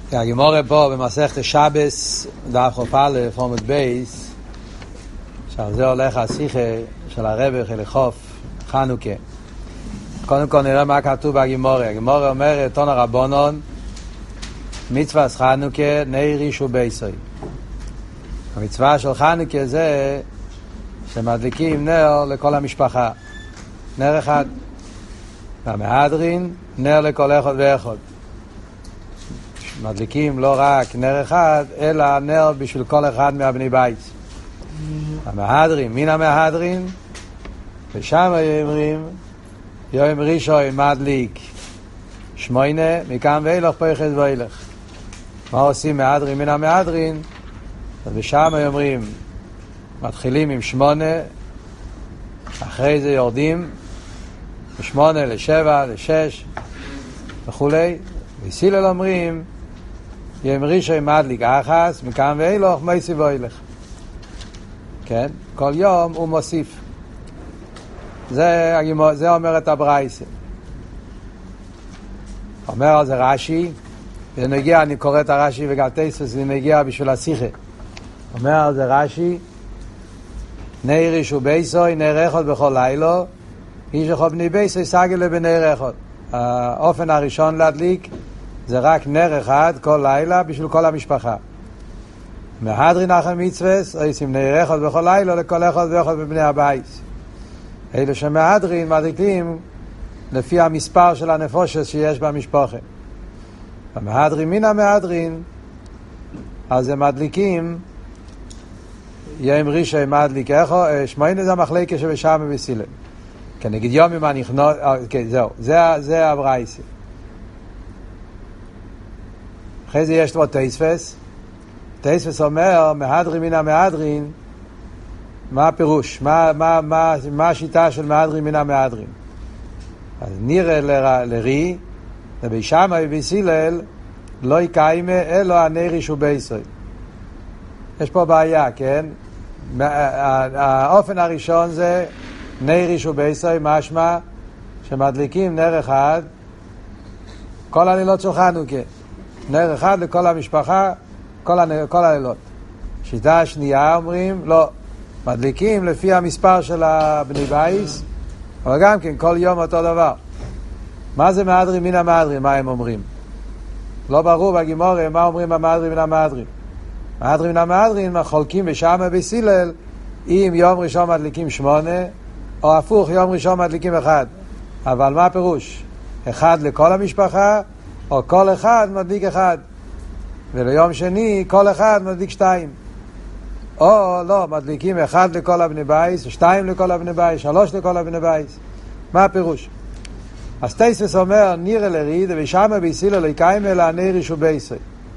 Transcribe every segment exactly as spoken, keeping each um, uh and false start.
הגמרא פה במסכת שבס דף ח"א עמוד בייס, שעל זה הולך השיחה של הרב חלחוף חנוכה. קודם כל נראה מה כתוב בגמרא. הגמרא אומרת תנא רבנן מצוות חנוכה נר ריש ובייסוי. המצווה של חנוכה זה שמדליקים נר לכל המשפחה, נר אחד, והמהדרין נר לכל אחד ואחד. מדליקים לא רק נר אחד, אלא נר בשביל כל אחד מהבני בית. המהדרין, מן המהדרין, ושם אומרים יום ראשון מדליק שמונה, מכאן ואילך פרחת ואילך. מה עושים מהדרין מן המהדרין? ושם אומרים מתחילים עם שמונה, אחרי זה יורדים לשמונה, לשבע, לשש וכולי. וסילל אומרים יום ראשון מדליק אחס, מכאן ואילך מוסיף ואילך. כן? כל יום הוא מוסיף. זה, זה אומר את הברייסה. אומר על זה רש"י, זה נגיע, אני קורא את הרש"י וגם תספס, זה נגיע בשביל השיחה. אומר על זה רש"י, נר ריש ובייסוי, נר אחד בכל לילה, איש אחד בני בייסוי סגל לבנר אחד. האופן הראשון להדליק זה רק נר אחד כל לילה בשביל כל המשפחה. מהדרין אחר מצווס, עושים נר אחד בכל לילה לכל אחד ואחד בבני הבית. אלה שמהדרין מדליקים לפי המספר של הנפושת שיש במשפחה. המהדרין מן המהדרין, אז הם מדליקים יום ראשון מדליק איכו, שמונה זה המחלקה שבשם ובסילם. כן, נגיד יום אם אני נכנס, כן, זהו, זה, זה הברייסה. אחרי זה יש לו תספס. תספס אומר, מהדרין מן המהדרין, מה הפירוש? מה, מה, מה, מה השיטה של מהדרין מן המהדרין? אז נראה ל, לרי, ובישמה ובסילל, לא יקיימה אלו הנר ריש ובייסוי. יש פה בעיה, כן? האופן הראשון זה נר ריש ובייסוי, משמע שמדליקים נר אחד כל הלילות של חנוכה. נר אחד לכל המשפחה, כל, הנר, כל הלילות. שיטה השנייה אומרים, לא, מדליקים לפי המספר של הבני בייס, אבל גם כן כל יום אותו דבר. מה זה מהדרין מן המהדרין? מה הם אומרים? לא ברור בגמרא מה אומרים המהדרין מן המהדרין. מהדרין מן המהדרין חולקים בשמה בסילל, אם יום ראשון מדליקים שמונה, או הפוך יום ראשון מדליקים אחד. אבל מה הפירוש? אחד לכל המשפחה, או כל אחד מדליק אחד. וליום שני כל אחד מדליק שתיים. או לא, מדליקים אחד לכל הבני בייס, שתיים לכל הבני בייס, שלוש לכל הבני בייס. מה הפירוש? אז תספס אומר, נראה לריד, ושמה בסילל לא יקיים אלא נר ריש ובייסוי.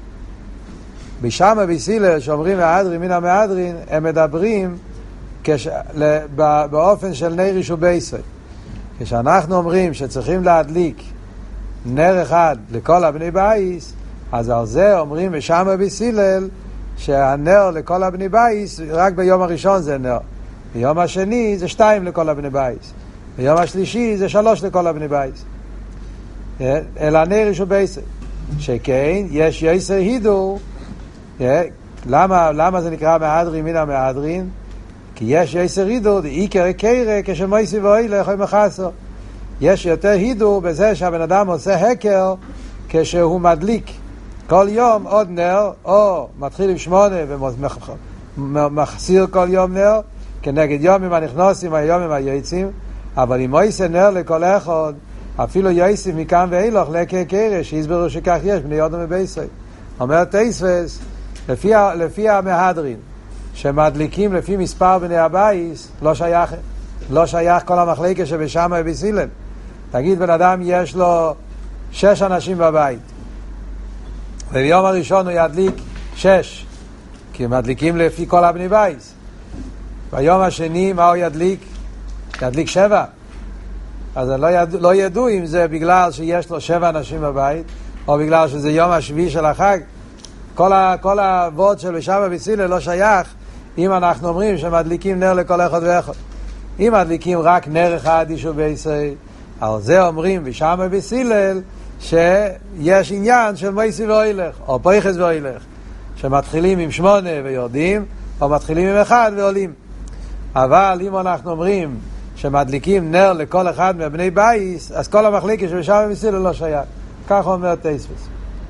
בשמה בסילל, שאומרים מהדרין מן המהדרין, הם מדברים כש, בא, באופן של נר ריש ובייסוי. כשאנחנו אומרים שצריכים להדליק נר אחד לכל הבני בייס, אז על זה אומרים בשמה בסילל, שהנר לכל הבני בייס, רק ביום הראשון זה נר. ביום השני זה שתיים לכל הבני בייס. ביום השלישי זה שלוש לכל הבני בייס. אלא נר ריש ובייסוי. שכן, יש יסר הידור. למה, למה זה נקרא מהדרין מן המהדרין? כי יש יסר הידור, עיקר קרא, כשמוסיף ואילך או מחסר. יש יותר הידור בזה שהבן אדם עושה הקר, כשהוא מדליק כל יום עוד נר, או מתחיל עם שמונה ומחסיר כל יום נר, כנגד יומים הנכנסים, היומים היוצאים. אבל אם עושה נר לכל אחד, אפילו יוסיף מכאן ואילך לקרא, שיסברו שכך יש בני אדם ובייסוי. אומר תספס, לפי, לפי המהדרין, שמדליקים לפי מספר בני הבייס, לא שייך, לא שייך כל המחלקה שבשמה ובסילם. תגיד בן אדם יש לו שש אנשים בבית, וביום הראשון הוא ידליק שש, כי מדליקים לפי כל הבני בייס. ביום השני מה הוא ידליק? ידליק שבע. אז לא ידעו, לא ידעו אם זה בגלל שיש לו שבע אנשים בבית, או בגלל שזה יום השביעי של החג. כל, ה, כל העבוד של בשמה בסילל לא שייך אם אנחנו אומרים שמדליקים נר לכל אחד ואחד. אם מדליקים רק נר אחד ריש ובייסוי, על זה אומרים בשמה בסילל שיש עניין של מייסי ואוילך, או פייחס ואוילך, שמתחילים עם שמונה ויורדים, או מתחילים עם אחד ועולים. אבל אם אנחנו אומרים שמדליקים נר לכל אחד מבני בייס, אז כל המחליקה שבשם ומסילה לא שייך. כך אומר תייספס.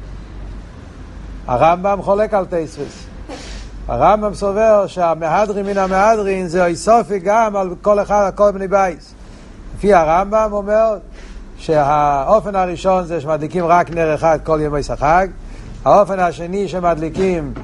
הרמב"ם חולק על תייספס. הרמב"ם סובר שהמהדרין מן המהדרין זה איסופי גם על כל אחד, על כל בני בייס. לפי הרמב"ם אומר שהאופן הראשון זה שמדליקים רק נר אחד כל ימי החג. האופן השני שמדליקים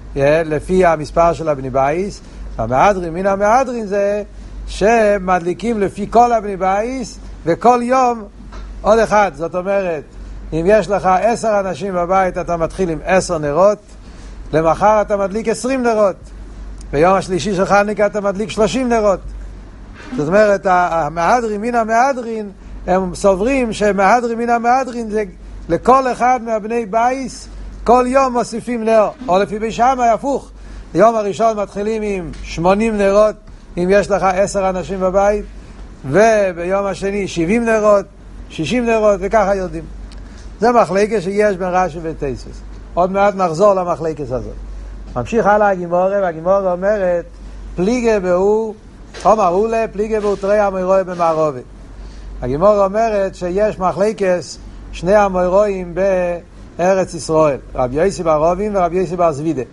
לפי המספר של הבני בייס. המהדרין מן המהדרין זה שמדליקים לפי כל הבני בייס וכל יום עוד אחד. זאת אומרת, אם יש לך עשר אנשים בבית אתה מתחיל עם עשר נרות, למחר אתה מדליק עשרים נרות, ביום השלישי של חנוכה אתה מדליק שלושים נרות. זאת אומרת, המהדרין מן המהדרין הם סוברים שמהדרין מן המהדרין זה לכל אחד מהבני בייס כל יום מוסיפים נר, או לפי בי שמאי הפוך, יום הראשון מתחילים עם שמונים נרות אם יש לך עשר אנשים בבית, וביום השני שבעים נרות, שישים נרות, וככה יודעים. זה מחלקה שיש בין רש"י ותייספס. עוד מעט נחזור למחלקה הזאת. ממשיך הלאה הגימורה, והגימורה אומרת פליגה בהו עומר אולה, פליגה בהו תרי המוירוי במערובת. הגימורה אומרת שיש מחלקס שני המוירויים בארץ ישראל, רבי יוסי בר רובין ורבי יוסי בר זבידה.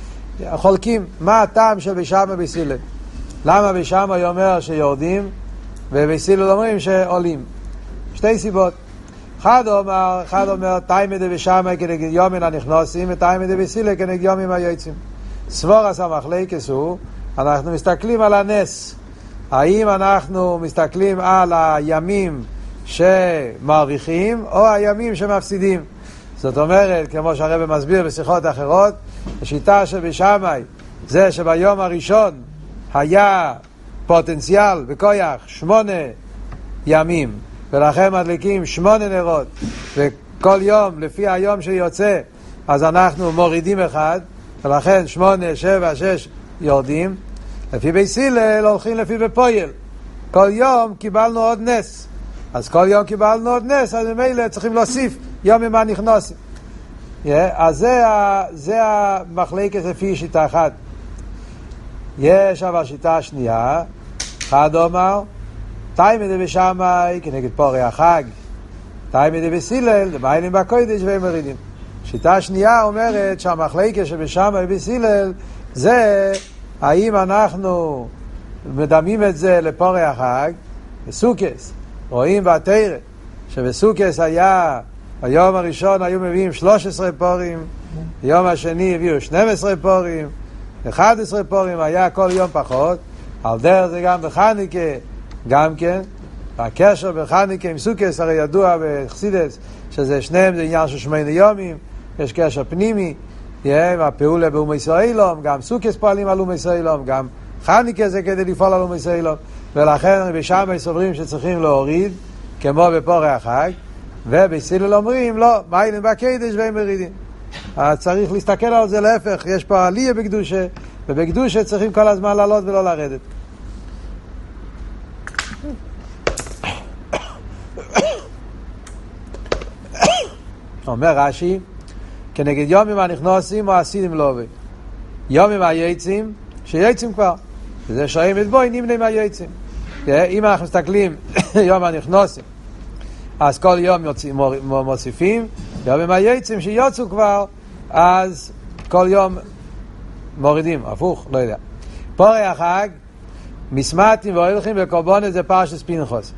חולקים מה הטעם של בשמה בסילל. למה בשמה היא אומר שיורדים ובסילל אומרים שעולים. שתי סיבות. אחד אומר, אחד אומר תיימא דבשמה כנגד יומים הנכנסים ותיימא דבסילל כנגד יומים היוצאים. סבורס המחלקס הוא, אנחנו מסתכלים על הנס. האם אנחנו מסתכלים על הימים שמרוויחים או הימים שמפסידים. זאת אומרת, כמו שהרבא מסביר בשיחות אחרות, השיטה שבשמאי זה שביום הראשון היה פוטנציאל בכוח שמונה ימים, ולכן מדליקים שמונה נרות, וכל יום לפי היום שיוצא אז אנחנו מורידים אחד, ולכן שמונה, שבע, שש יורדים. לפי בית הלל הולכים לפי בפועל, כל יום קיבלנו עוד נס, אז כל יום קיבלנו עוד נס, אז ממילא צריכים להוסיף יום מה נכנסים. yeah, אז זה, זה המחלקת לפי שיטה אחת. יש אבל שיטה השנייה, אחד אומר תיימא דבשמאי כנגד פורי החג, תיימא דבסילל דמיילים בקודש והם מרידים. שיטה השנייה אומרת שהמחלקת שבשמאי ובסילל זה האם אנחנו מדמים את זה לפורי החג. בסוכס רואים בתורה שבסוכס היה היום הראשון היו מביאים שלוש עשרה פורים, היום השני הביאו שנים עשר פורים, אחד עשר פורים, היה כל יום פחות. על דרך זה גם בחנוכה, גם כן הקשר בחנוכה עם סוכס, הרי ידוע בחסידות שזה שניהם זה עניין של שמונה יומים, יש קשר פנימי, הפעולה באום ישראלום, גם סוכס פועלים על אום ישראלום, גם חנוכה זה כדי לפעול על אום ישראלום, ולכן בשמאי סוברים שצריכים להוריד כמו בפורי החג, ובסילל אומרים לא, מיילים בקדש והם מרידים. אז צריך להסתכל על זה להפך, יש פה עלייה בקדושה, ובקדושה צריכים כל הזמן לעלות ולא לרדת. אומר רש"י, כנגד יומים הנכנסים או הסידים לא עובד. יומים היוצאים, שיוצאים כבר, וזה שרים את בוי נמנה מהיוצאים. אם אנחנו מסתכלים יום הנכנסים, אז כל יום מוסיפים, יומים היוצאים שיוצאו כבר, אז כל יום מורידים, הפוך, לא יודע. פורי החג, מסמטים והולכים וקורבנות זה פרשת פנחס.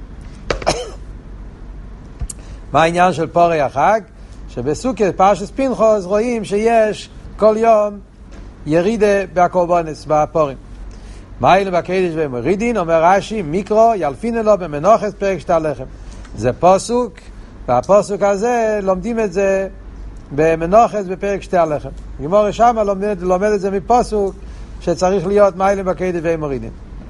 מה העניין של פורי החג? שבסוכות פרשת פנחס רואים שיש כל יום ירידה בקורבנות, בפורים. מה אלה בקדש ומורידין? אומר רש"י, מיקרו ילפינו לו במנוחת פרק שתי הלחם. זה פסוק, והפסוק הזה לומדים את זה במנוחת בפרק שתי הלחם. גמור שם לומד, לומד את זה מפסוק שצריך להיות מיילים בקדש ומורידין.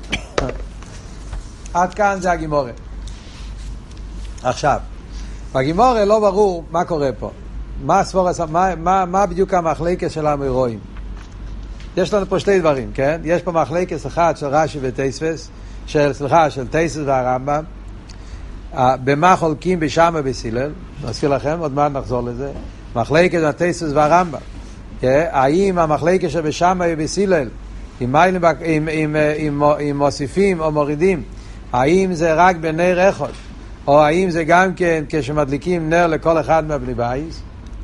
עד כאן זה הגמורה. עכשיו, בגמורה לא ברור מה קורה פה. מה הספורס, מה, מה, מה בדיוק המחלקת של המוירואים? יש לנו פה שתי דברים, כן? יש פה מחלקת אחד של רש"י ותייספס, של, סליחה, של תייספס והרמב"ם. במה חולקים בשמה בסילל, נזכיר לכם, עוד מעט נחזור לזה, מחלקת התוספות והרמב"ם, האם המחלקת שבשמה בסילל, אם, אם, אם, אם, אם מוסיפים או מורידים, האם זה רק בנר אחד, או האם זה גם כן כשמדליקים נר לכל אחד מהבני בייס,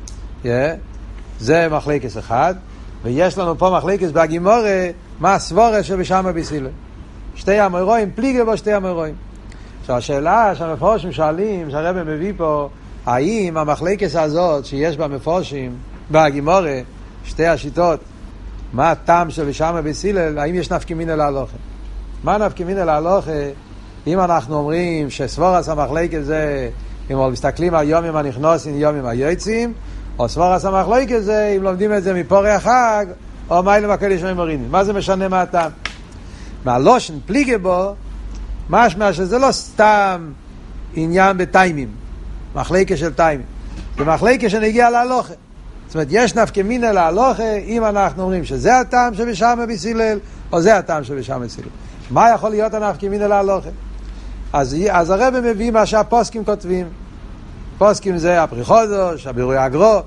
זה מחלקת אחד, ויש לנו פה מחלקת בגימורה, מה הסבורה שבשמה בסילל. שתי המורואים, פליגה בו שתי המורואים. עכשיו השאלה שהמפורשים שואלים, שהרבא מביא פה, האם המחלקת הזאת שיש במפורשים, בגימורה, שתי השיטות, מה הטעם של בשמה בסילל, האם יש נפקא מינה להלוכה? מה נפקא מינה להלוכה? אם אנחנו אומרים שסבורס המחלקת זה, אם מסתכלים על יומים הנכנסים, יומים היוצאים, או סבורס המחלקת זה, אם לומדים את זה מפורי החג, או מיילם הקודש ומורידים. מה זה משנה מה הטעם? מהלושן פליגה בו, משמע שזה לא סתם עניין בטיימים, מחלקת של טיימים. זה מחלקת שנגיע להלוכה. זאת אומרת, יש נפקא מינה להלוכה, אם אנחנו אומרים שזה הטעם שבשמה בסילל, או זה הטעם שבשמה בסילל. מה יכול להיות הנפקא מינה להלוכה? אז, אז הרב מביא מה שהפוסקים כותבים. פוסקים זה הפריחודוש, הבירוי הגרו,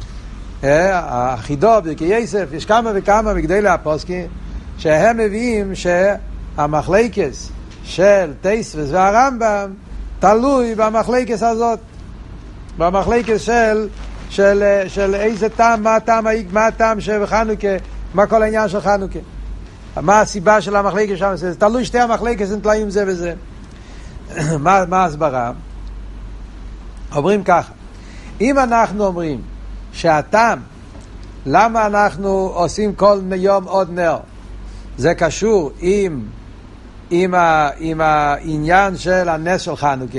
החידו, ברכי יסף, יש כמה וכמה מגדלי הפוסקים, שהם מביאים שהמחלקס של תוספות והרמב"ם תלוי במחלקס הזאת, במחלקס של, של, של איזה טעם, מה הטעם, מה הטעם של חנוכה, מה כל העניין של חנוכה, מה הסיבה של המחלקס שם, זה תלוי שתי המחלקס, הם תלויים זה וזה. מה, מה ההסברה? אומרים ככה, אם אנחנו אומרים שהטעם, למה אנחנו עושים כל יום עוד נר, זה קשור עם, עם, ה, עם העניין של הנס של חנוכה,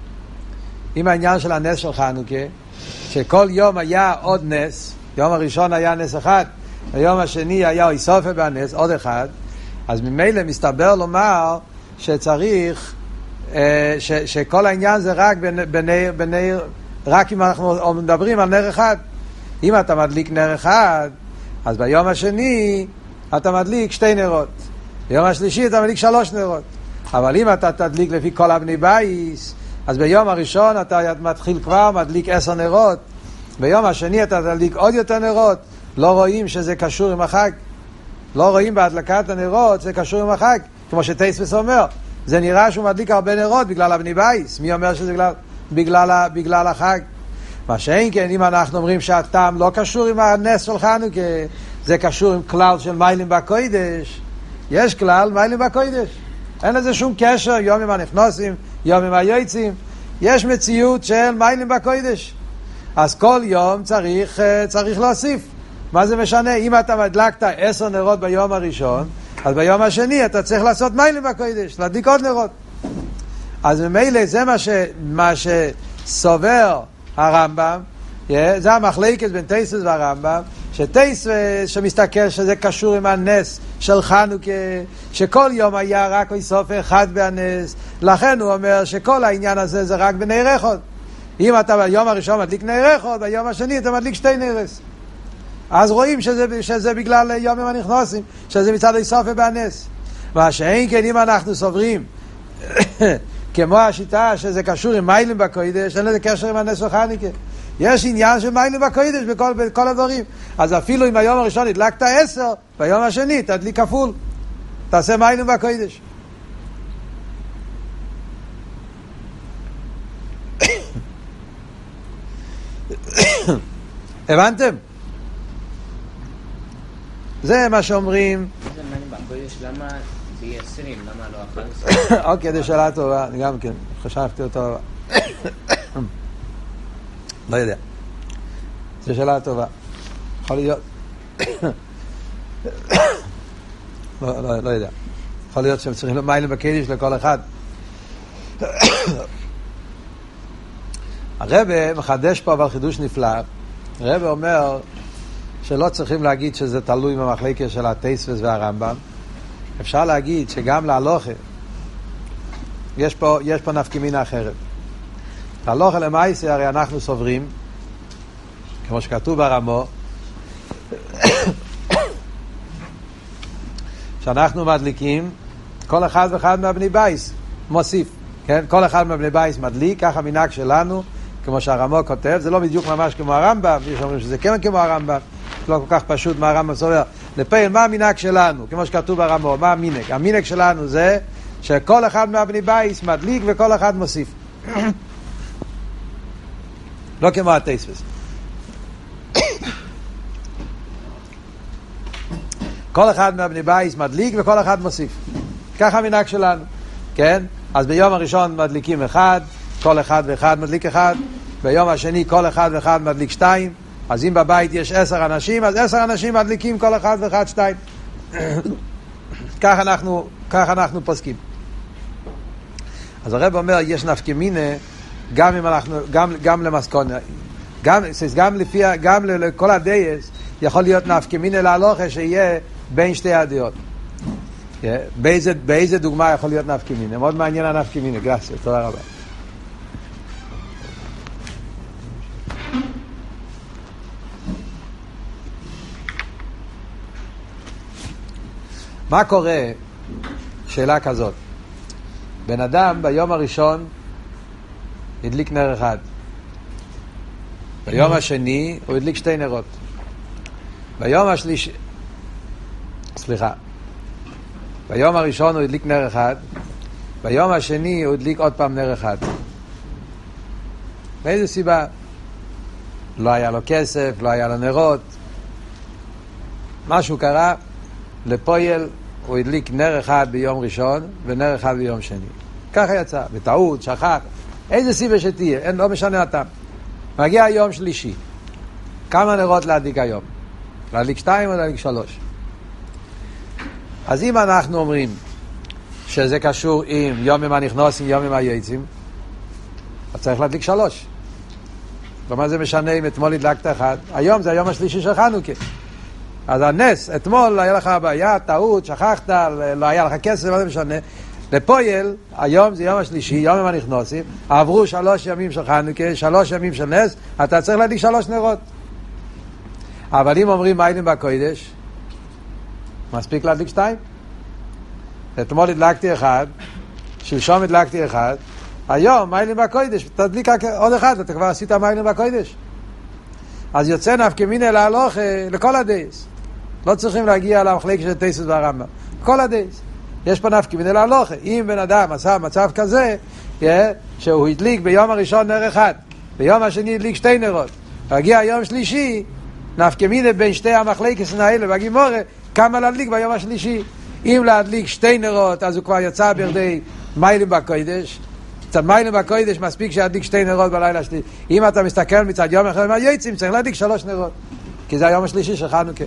עם העניין של הנס של חנוכה, שכל יום היה עוד נס, יום הראשון היה נס אחד, היום השני היה איסופה בנס, עוד אחד, אז ממילא מסתבר לומר שצריך, ש, שכל העניין זה רק בנר, בנר, רק אם אנחנו מדברים על נר אחד. אם אתה מדליק נר אחד, אז ביום השני אתה מדליק שתי נרות, ביום השלישי אתה מדליק שלוש נרות. אבל אם אתה תדליק לפי כל הבני בייס, אז ביום הראשון אתה מתחיל כבר, מדליק עשר נרות, ביום השני אתה תדליק עוד יותר נרות. לא רואים שזה קשור עם החג, לא רואים בהדלקת הנרות זה קשור עם החג, כמו שתוספות אומר, זה נראה שהוא מדליק הרבה נרות בגלל הבני בייס. מי אומר שזה בגלל, בגלל, בגלל החג? מה שאין כן, אם אנחנו אומרים שהטעם לא קשור עם הנס של חנוכה, זה קשור עם כלל של מיילים בקודש. יש כלל מיילים בקודש, אין לזה שום קשר, יום עם הנכנסים, יום עם היוצאים, יש מציאות של מיילים בקודש. אז כל יום צריך, צריך להוסיף. מה זה משנה? אם אתה מדלקת עשר נרות ביום הראשון, אז ביום השני אתה צריך לעשות מיילים בקודש, להדליק עוד נרות. אז ממילא זה מה, ש, מה שסובר הרמב"ם, זה המחלקת בין תוספות והרמב"ם, שתוספות שמסתכל שזה קשור עם הנס של חנוכה, שכל יום היה רק איסופה אחד בהנס, לכן הוא אומר שכל העניין הזה זה רק בנר אחד. אם אתה ביום הראשון מדליק נר אחד, ביום השני אתה מדליק שתי נרס. אז רואים שזה, שזה בגלל יומים הנכנסים, שזה מצד איסופה בהנס. מה שאין כן, אם אנחנו סוברים כמו השיטה שזה קשור עם מיילים בקודש, אין לזה קשר עם הנס של חנוכה. יש עניין של מיילים בקודש בכל, בכל הדברים. אז אפילו אם היום הראשון הדלקת עשר, ביום השני תדליק כפול, תעשה מיילים בקודש. הבנתם? זה מה שאומרים. זה מיילים בקודש, למה בעשרים, למה לא אחת עשרה? אוקיי, זו שאלה טובה, אני גם כן חשבתי אותו. לא יודע, זו שאלה טובה, יכול להיות. לא, לא, לא יודע, יכול להיות שהם צריכים מיילים בקודש לכל אחד. הרב מחדש פה אבל חידוש נפלא. הרב אומר שלא צריכים להגיד שזה תלוי במחלקת של התוספות והרמב"ם. אפשר להגיד שגם להלוכה יש פה, יש פה נפקא מינה אחרת. להלוכה למעשה הרי אנחנו סוברים, כמו שכתוב ברמו, שאנחנו מדליקים כל אחד ואחד מהבני בייס מוסיף. כן? כל אחד מבני בייס מדליק, ככה מנהג שלנו, כמו שהרמב"ם כותב, זה לא בדיוק ממש כמו הרמב"ם, יש אומרים שזה כן כמו הרמב"ם, לא כל כך פשוט מה הרמב"ם סובר. לפעיל, מה המנהג שלנו? כמו שכתוב ברמב"ם, מה המנהג? המנהג שלנו זה שכל אחד מהבני בייס מדליק וכל אחד מוסיף. לא כמו התוספות. כל אחד מהבני בייס מדליק וכל אחד מוסיף. ככה המנהג שלנו, כן? אז ביום הראשון מדליקים אחד, כל אחד ואחד מדליק אחד, ביום השני כל אחד ואחד מדליק שתיים, אז אם בבית יש עשר אנשים, אז עשר אנשים מדליקים כל אחד ואחד שתיים. ככה אנחנו, ככה אנחנו פוסקים. אז הרב אומר, יש נפקא מינה, גם אם אנחנו, גם, גם למסקונה, גם, גם לפי, גם לכל הדייס, יכול להיות נפקא מינה להלוכה שיהיה בין שתי הדעות. באיזה, באיזה דוגמה יכול להיות נפקא מינה? מאוד מעניין הנפקא מינה, גרסיה, תודה רבה. מה קורה? שאלה כזאת. בן אדם ביום הראשון הדליק נר אחד. ביום השני הוא הדליק שתי נרות. ביום השלישי, סליחה, ביום הראשון הוא הדליק נר אחד, ביום השני הוא הדליק עוד פעם נר אחד. מאיזה סיבה? לא היה לו כסף, לא היה לו נרות, משהו קרה, לפועל הוא הדליק נר אחד ביום ראשון ונר אחד ביום שני. ככה יצא, בטעות, שכח, איזה סיבה שתהיה, אין, לא משנה הטעם. מגיע היום שלישי, כמה נרות להדליק היום? להדליק שתיים או להדליק שלוש? אז אם אנחנו אומרים שזה קשור עם יום עם הנכנסים, יום עם היוצאים, אז צריך להדליק שלוש. כלומר זה משנה אם אתמול הדלקת אחד, היום זה היום השלישי של חנוכה. אז הנס, אתמול היה לך בעיה, טעות, שכחת, לא היה לך כסף, מה זה משנה? לפועל, היום זה יום השלישי, יום עם הנכנסים, עברו שלוש ימים של חנוכה, שלוש ימים של נס, אתה צריך להדליק שלוש נרות. אבל אם אומרים מיילים בקודש, מספיק להדליק שתיים. אתמול הדלקתי אחד, שלשום הדלקתי אחד, היום מיילים בקודש, תדליק עוד אחד, אתה כבר עשית מיילים בקודש. אז יוצא נפקא מינה להלוכה לכל הדייס. לא צריכים להגיע למחלקת של תוספות והרמב"ם. כל הדייס. יש פה נפקא מינה להלוכה. אם בן אדם עשה מצב כזה, שהוא הדליק ביום הראשון נר אחד, ביום השני הדליק שתי נרות, והגיע היום שלישי, נפקא מינה בין שתי המחלקת האלה בגימורה, כמה להדליק ביום השלישי. אם להדליק שתי נרות, אז הוא כבר יצא בידי מיילים בקודש. מצד מיילים בקודש מספיק שידליק שתי נרות בלילה שלי. אם אתה מסתכל מצד יום אחד מהיוצאים, צריך להדליק שלוש נרות, כי זה היום השלישי של חנוכה.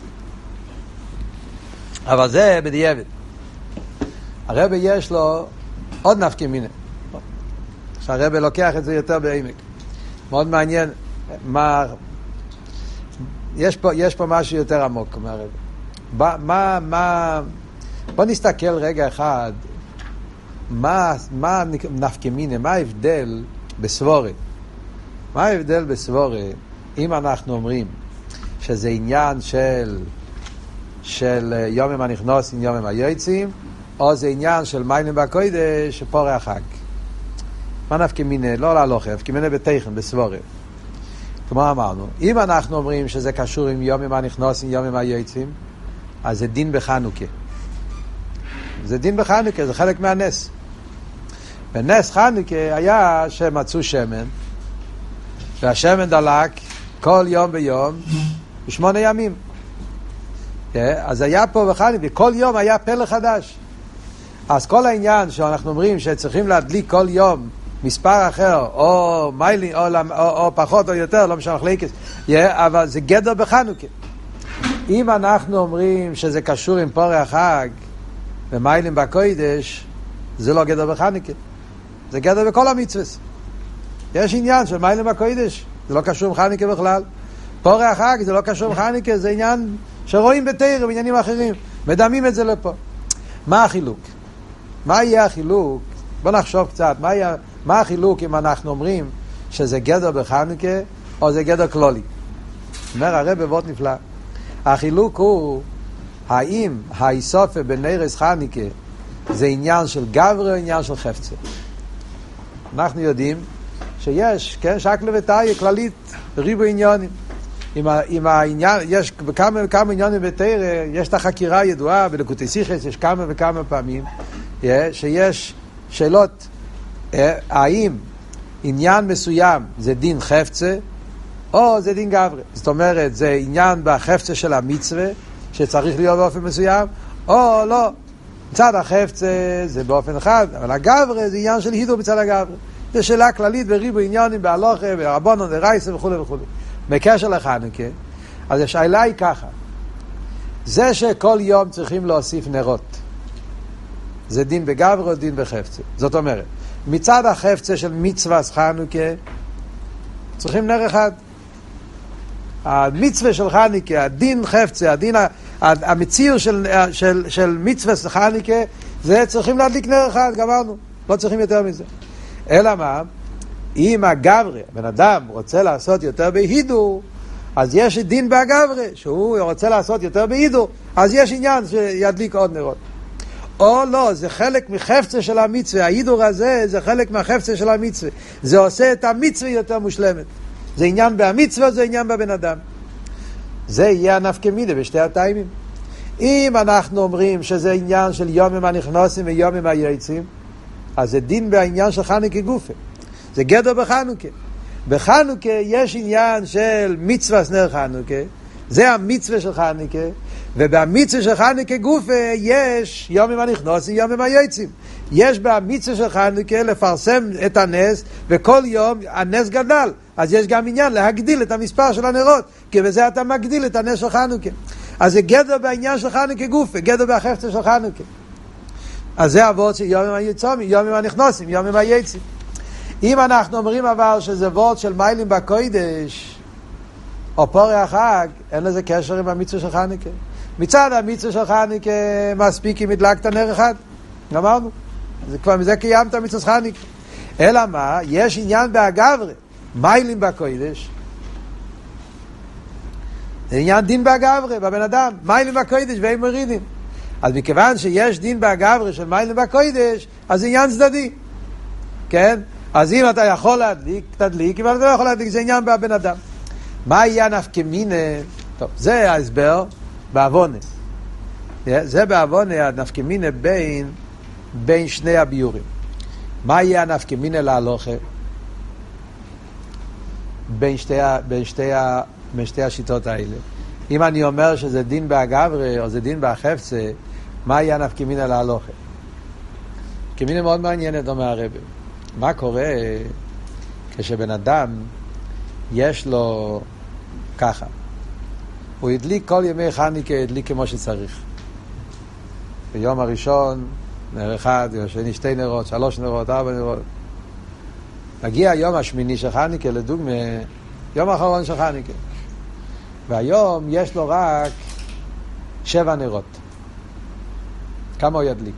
אבל זה בדיעבד. הרב יש לו עוד נפקא מינה, שהרב לוקח את זה יותר בעמק. מאוד מעניין מה יש פה, יש פה משהו יותר עמוק מהרב. מה, מה, בוא נסתכל רגע אחד, מה, מה נפקא מינה, מה ההבדל בסבורה? מה ההבדל בסבורה, אם אנחנו אומרים שזה עניין של, של יום עם הנכנסים, יום עם היוצאים, או זה עניין של מיילים בקודש, פורי החג? מה נפקא מינה? לא להלוכה, נפקא מינה בתכן, בסבורה. כמו אמרנו, אם אנחנו אומרים שזה קשור עם יום עם הנכנסים, יום עם היוצאים, אז זה דין בחנוכה. זה דין בחנוכה, זה חלק מהנס. בנס חנוכה היה שמצאו שמן, והשמן דלק כל יום ביום, בשמונה ימים. אז היה פה בחנוכה, כל יום היה פלא חדש. אז כל העניין שאנחנו אומרים שצריכים להדליק כל יום מספר אחר, או מיילים, או, או, או פחות או יותר, לא משנה מחלקת, אבל זה גדר בחנוכה. אם אנחנו אומרים שזה קשור עם פורי החג ומיילים בקודש, זה לא גדר בחנוכה, זה גדר בכל המצוות. יש עניין של מיילים בקודש, זה לא קשור עם חנוכה בכלל. פורי החג זה לא קשור עם חנוכה, זה עניין שרואים בתורה בעניינים אחרים, מדמים את זה לפה. מה החילוק? מה יהיה החילוק? בוא נחשוב קצת, מה, יהיה, מה החילוק אם אנחנו אומרים שזה גדר בחנוכה או זה גדר כלולי? אומר הרב בוות נפלא, החילוק הוא האם האיסופה בנרס חנוכה זה עניין של גברי או עניין של חפצה. אנחנו יודעים שיש, כן, שקלא וטריא כללית, ריבו עניונים. עם, ה, עם העניין, יש כמה וכמה עניונים בתורה, יש את החקירה הידועה, בליקוטי שיחס, יש כמה וכמה פעמים, שיש שאלות, האם עניין מסוים זה דין חפצה, או זה דין גברי. זאת אומרת, זה עניין בחפצה של המצווה, שצריך להיות באופן מסוים, או לא. מצד החפצה זה באופן אחד, אבל הגברי זה עניין של הידור בצד הגברי. זה שאלה כללית בריבו עניונים, בהלוכה, ברבנן, דרייסה וכו' וכו'. בקשר לחנוכה, אז השאלה היא ככה, זה שכל יום צריכים להוסיף נרות, זה דין בגברי או דין בחפצה? זאת אומרת, מצד החפצה של מצווה חנוכה, צריכים נר אחד. המצווה של חנוכה, הדין חפצה, הדין, המציאור של, של, של מצווה חנוכה, זה צריכים להדליק נר אחד, גמרנו, לא צריכים יותר מזה. אלא מה? אם הגברי, הבן אדם רוצה לעשות יותר בהידור, אז יש דין בהגברי, שהוא רוצה לעשות יותר בהידור, אז יש עניין שידליק עוד נרות. או לא, זה חלק מחפצה של המצווה, ההידור הזה זה חלק מהחפצה של המצווה, זה עושה את המצווה יותר מושלמת. זה עניין בהמצווה, זה עניין בבן אדם. זה יהיה הנפקא מינה בשתי הטיימים. אם אנחנו אומרים שזה עניין של יומים הנכנסים ויומים היוצאים, אז זה דין בעניין של חנוכה גופה. זה גדר בחנוכה. בחנוכה יש עניין של מצווה נר חנוכה, זה המצווה של חנוכה, ובמצווה של חנוכה גופה יש יומים הנכנסים ויומים היוצאים. יש במצווה של חנוכה לפרסם את הנס, וכל יום הנס גדל, אז יש גם עניין להגדיל את המספר של הנרות, כי בזה אתה מגדיל את הנס של חנוכה. אז זה גדר בעניין של חנוכה גופה, גדר בהחפצה של חנוכה. אז זה עבוד של יומים היוצאים, יומים הנכנסים, יומים היוצאים. אם אנחנו אומרים אבל שזה וורט של מיילים בקודש או פורי החג, אין לזה קשר עם המצווה של חנוכה. מצד המצווה של חנוכה מספיק אם הדלקת נר אחד, גמרנו, זה כבר מזה קיימת מצווה של חנוכה. אלא מה? יש עניין בהגברי, מיילים בקודש, זה עניין דין בהגברי בבן אדם, מיילים בקודש ואין מורידים. אז מכיוון שיש דין בהגברי של מיילים בקודש, אז זה עניין צדדי, כן? אז אם אתה יכול להדליק, תדליק, אם אתה לא יכול להדליק, זה עניין בבן אדם. מה יהיה הנפקא מינה? טוב, זה ההסבר בעוונה. זה בעוונה, הנפקא מינה בין, בין שני הביורים. מה יהיה הנפקא מינה להלוכה? בין שתי, בין שתי, בין שתי השיטות האלה. אם אני אומר שזה דין בהגברי או זה דין בהחפצה, מה יהיה הנפקא מינה להלוכה? נפקא מינה מאוד מעניינת, אומר הרבי. מה קורה כשבן אדם יש לו ככה, הוא הדליק כל ימי חנוכה, הדליק כמו שצריך. ביום הראשון נר אחד, ביום השני שתי נרות, שלוש נרות, ארבע נרות. מגיע היום השמיני של חנוכה, לדוגמה, יום האחרון של חנוכה, והיום יש לו רק שבע נרות. כמה הוא ידליק?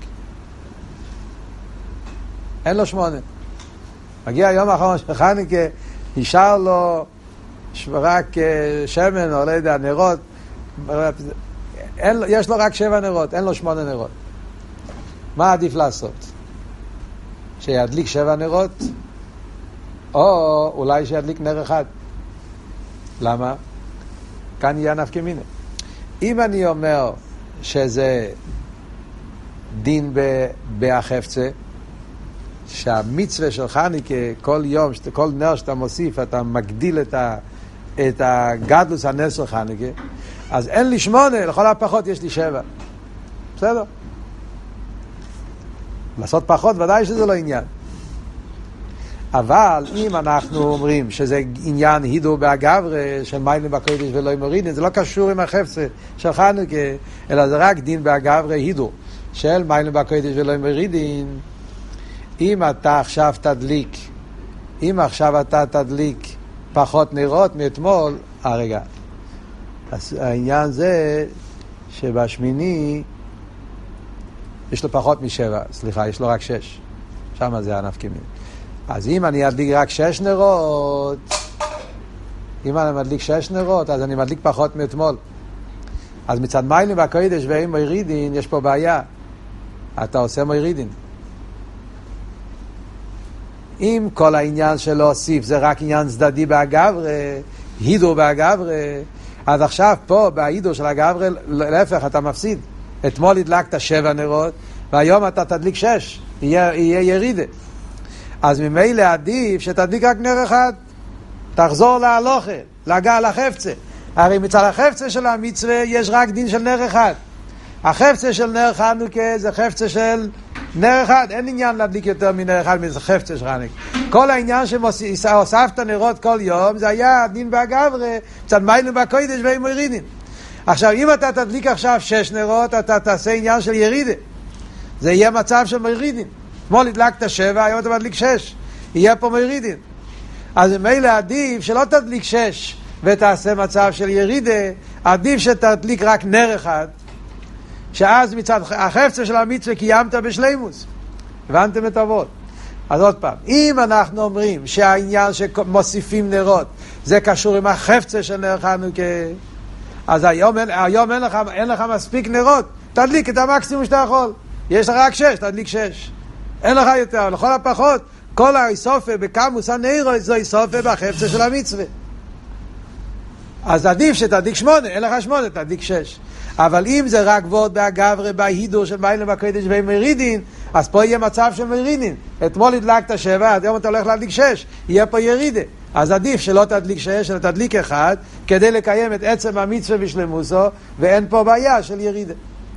אין לו שמונה. מגיע היום האחרון של חנוכה, נשאר לו רק שמן או לא יודע, נרות, אין, יש לו רק שבע נרות, אין לו שמונה נרות. מה עדיף לעשות? שידליק שבע נרות, או אולי שידליק נר אחד? למה? כאן יהיה נפקא מינה. אם אני אומר שזה דין בהחפצה, שהמצווה של חנוכה, כל יום, כל נר שאתה מוסיף, אתה מגדיל את, ה, את הגדלוס הנס של חנוכה, אז אין לי שמונה, לכל הפחות יש לי שבע. בסדר? לעשות פחות, ודאי שזה לא עניין. אבל אם אנחנו אומרים שזה עניין הידור בהגברי, של מיילים בקודש ולא מורידים, זה לא קשור עם החפצה של חנוכה, אלא זה רק דין בהגברי הידור, של מיילים בקודש ולא מורידים. אם אתה עכשיו תדליק, אם עכשיו אתה תדליק פחות נרות מאתמול, הרגע. אז העניין זה שבשמיני יש לו פחות משבע, סליחה, יש לו רק שש. שם זה הנפקא מינה. אז אם אני אדליק רק שש נרות, אם אני מדליק שש נרות, אז אני מדליק פחות מאתמול. אז מצד מיילים בקודש ואין מורידין, יש פה בעיה. אתה עושה מורידין. אם כל העניין של להוסיף זה רק עניין צדדי באגברה, הידור באגברה, אז עכשיו פה בהידור של הגברה, להפך אתה מפסיד. אתמול הדלקת שבע נרות, והיום אתה תדליק שש, יהיה, יהיה ירידה. אז ממילא עדיף שתדליק רק נר אחד, תחזור להלוכה, להגע לחפצה. הרי מצד החפצה של המצווה יש רק דין של נר אחד. החפצה של נר חנוכה זה חפצה של נר אחד, אין עניין להדליק יותר מנר אחד מזה חפצה של חנוכה. כל העניין שהוספת נרות כל יום זה היה דין באגברה, מצד מיילין בקודש ואמורידין. עכשיו אם אתה תדליק עכשיו שש נרות אתה תעשה עניין של ירידה, זה יהיה מצב של מורידין. אתמול הדלקת שבע, היום אתה מדליק שש, יהיה פה מורידין. אז מילא עדיף שלא תדליק שש ותעשה מצב של ירידה, עדיף שתדליק רק נר אחד, שאז מצד החפצה של המצווה קיימת בשלימוס. הבנתם את אבות? אז עוד פעם, אם אנחנו אומרים שהעניין שמוסיפים נרות זה קשור עם החפצה של נר חנוכה, אז היום, היום אין לך, אין לך מספיק נרות, תדליק את המקסימום שאתה יכול. יש לך רק שש, תדליק שש. אין לך יותר, לכל הפחות, כל האיסופה בקמוס הנרו זו איסופה בחפצה של המצווה. אז עדיף שתדליק שמונה, אין לך שמונה, תדליק שש. אבל אם זה רק ווד באגברה, בהידור של מיילין בקודש ומרידין, אז פה יהיה מצב של מרידין. אתמול הדלקת שבע, היום אתה הולך להדליק שש, יהיה פה ירידה. אז עדיף שלא תדליק שש, אלא תדליק אחד, כדי לקיים את עצם המצווה בשלמוסו, ואין פה בעיה של ירידה.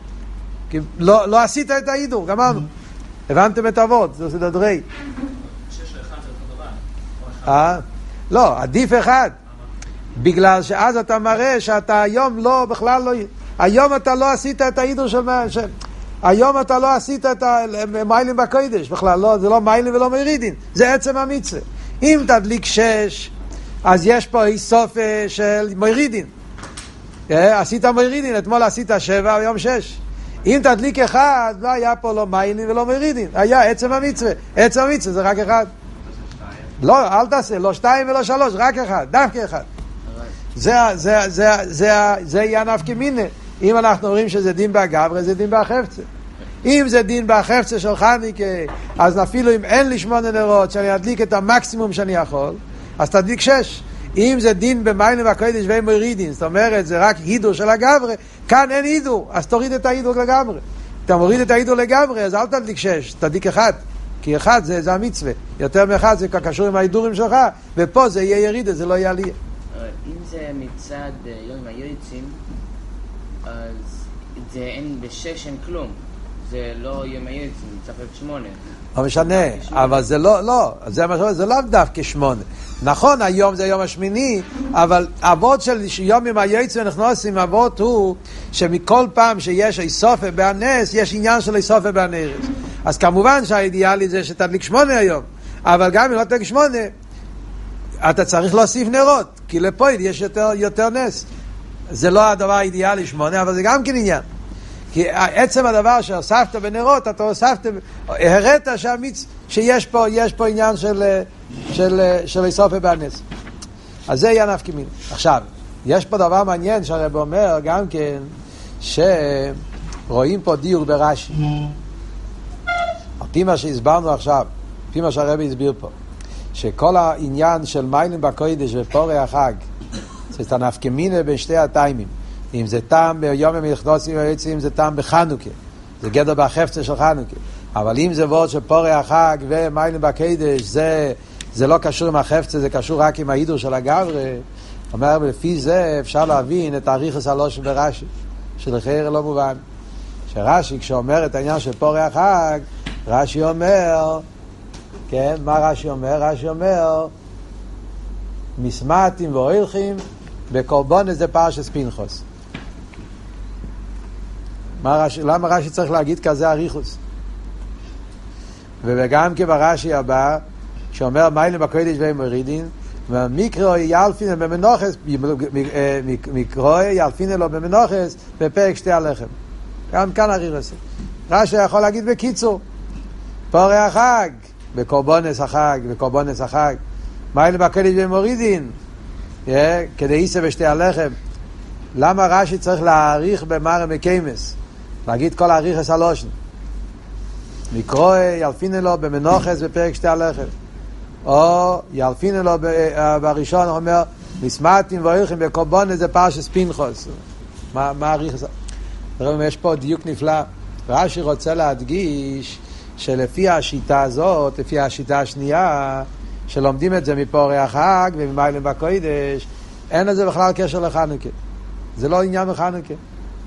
כי לא, לא עשית את ההידור, גמרנו. הבנתם את אבות, זה עושה דרי. שש לאחד זה אותו דבר. אה? לא, עדיף אחד. בגלל שאז אתה מראה שאתה היום לא, בכלל לא, היום אתה לא עשית את ההידור של, של היום אתה לא עשית את המיילין בקודש, בכלל לא, זה לא מיילין ולא מרידין, זה עצם המצווה. אם תדליק שש, אז יש פה איסוף של מרידין. עשית מרידין, אתמול עשית שבע, היום שש. אם תדליק אחד, לא היה פה לא מיילין ולא מרידין, היה עצם המצווה. עצם המצווה זה רק אחד. לא, אל תעשה, לא שתיים ולא שלוש, רק אחד, דווקא אחד. זה זה זה זה זה יהיה נפקא מינה. אם אנחנו אומרים שזה דין באגברה, זה דין בחפצה. אם זה דין בחפצה של חנוכה, אז אפילו אם אין לי שמונה נרות שאני אדליק את המקסימום שאני יכול, אז תדליק שש. אם זה דין במיילין בקודש ומרידין, זאת אומרת זה רק הידור של הגברה, כאן אין הידור, אז תוריד את ההידור לגמרי. אתה מוריד את ההידור לגמרי, אז אל תדליק שש, תדליק אחד, כי אחד זה, זה המצווה, יותר מאחד זה קשור עם ההידורים שלך, ופה זה יהיה ירידה, זה לא יהיה עלייה. אם זה מצד יום היועצים, אז זה אין בשש אין כלום, זה לא יום היועצים, צריך להיות שמונה. לא משנה, אבל זה לא, לא, זה מה שאומר, זה לא דווקא שמונה. נכון, היום זה היום השמיני, אבל אבות של יום עם היועצים אנחנו עושים, אבות הוא שמכל פעם שיש איסופה בהנס, יש עניין של איסופה בהנרס. אז כמובן שהאידיאלי זה שתדליק שמונה היום, אבל גם אם לא תדליק שמונה, אתה צריך להוסיף נרות, כי לפה יש יותר, יותר נס. זה לא הדבר האידיאלי שמונה, אבל זה גם כן עניין. כי עצם הדבר שהוספת בנרות, אתה הוספת, הראת שהמיץ, שיש פה, יש פה עניין של, של, של איסופה בהנס. אז זה יהיה נפקא מינה. עכשיו, יש פה דבר מעניין שהרב אומר גם כן, שרואים פה דיוק ברש"י. על פי מה שהסברנו עכשיו, על פי מה שהרב הסביר פה, שכל העניין של מיילין בקודש ופורי החג, זה נפקא מינה בין שתי הטיימים. אם זה טעם ביום המכנוסים והיועצים, זה טעם בחנוכה. זה גדר בחפצה של חנוכה. אבל אם זה וורד של פורי החג ומיילין בקודש, זה, זה לא קשור עם החפצה, זה קשור רק עם ההידור של הגברה. אומר, לפי זה אפשר להבין את האריכוס הלושן ברש"י, שלכאורה לא מובן. שרש"י, כשאומר את העניין של פורי החג, רש"י אומר, כן, מה רש"י אומר? רש"י אומר, מסמעתים ואוילכים, בקורבנות זה פרשת פינחס. למה רש"י צריך להגיד כזה אריכוס? וגם כברש"י הבא, שאומר מיילין בקודש ומרידין, ומקרוא ילפינן במנוחס, מקרוא ילפינן לו במנוחס, בפרק שתי הלחם. גם כאן אריכוס. רש"י יכול להגיד בקיצור, פורי החג, בקורבנות החג, בקורבנות החג, מיילין בקודש ומרידין, כדי איסה ושתי הלחם. למה רש"י צריך להאריך במרא מקיימס, להגיד כל האריכוס הלושן? מקרוא ילפינן לו במנוחס בפרק שתי הלחם. או ילפין לו בראשון, אומר, מסמטים ואיכים בקורבן, זה פרשס פינחוס. מה מעריך זה? יש פה דיוק נפלא. רש"י רוצה להדגיש שלפי השיטה הזאת, לפי השיטה השנייה, שלומדים את זה מפורי החג וממיילים בקודש, אין לזה בכלל קשר לחנוכה. זה לא עניין בחנוכה.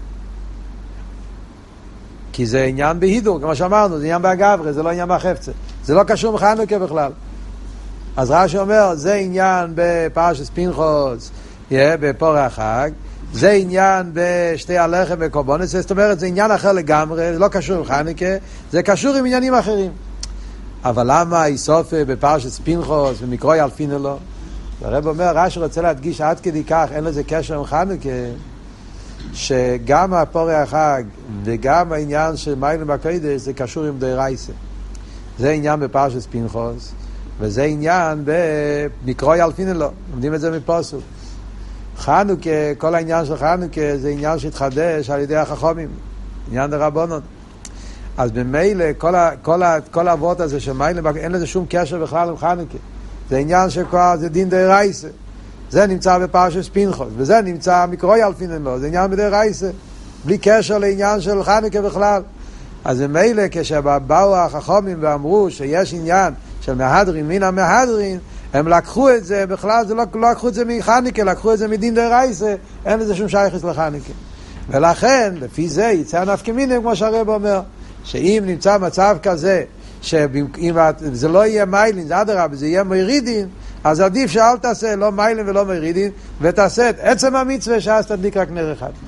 כי זה עניין בהידור, כמו שאמרנו, זה עניין באגברי, זה לא עניין בחפצה. זה לא קשור בחנוכה בכלל. אז רש"י אומר, זה עניין בפרשת פינחוס, בפורי החג, זה עניין בשתי הלחם בקורבנות, זאת אומרת, זה עניין אחר לגמרי, זה לא קשור בחנוכה, זה קשור עם עניינים אחרים. אבל למה איסופה בפרשת פינחוס ומקרוי אלפין לו? הרב אומר, רש"י רוצה להדגיש עד כדי כך, אין לזה קשר עם חנוכה, שגם הפורי החג וגם העניין של מיילים בקודש זה קשור עם דרייסה. זה עניין בפרשת פינחוס, וזה עניין במקרוי אלפין לו, לומדים את זה מפוסוק. חנוכה, כל העניין של חנוכה זה עניין שהתחדש על ידי החכמים, עניין דרבנן. אז במילא כל ה, כל ה, כל האבות הזה של מיילים, אין לזה שום קשר בכלל עם חנוכה. זה עניין שכבר זה דין דרייסה. זה נמצא בפרשת פינחוס, וזה נמצא מקרוי אלפין לו, זה עניין בדרייסה, בלי קשר לעניין של חנוכה בכלל. אז במילא כשבאו החכמים ואמרו שיש עניין של מהדרין מן המהדרין, הם לקחו את זה, בכלל זה לא, לא לקחו את זה מחנוכה, לקחו את זה מדין דרייסה, אין לזה שום שייכות לחנוכה. ולכן, לפי זה יצא נפקא מינה, כמו שהרב אומר, שאם נמצא מצב כזה, שאם זה לא יהיה מיילין, זה אדרבה, זה יהיה מורידין, אז עדיף שאל תעשה לא מיילין ולא מורידין, ותעשה את עצם המצווה שאז תדליק רק נר אחד.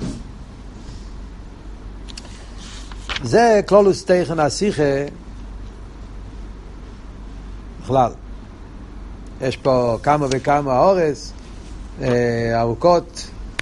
זה כלולוס תכן השיחה בכלל. יש פה כמה וכמה אורס, ארוכות,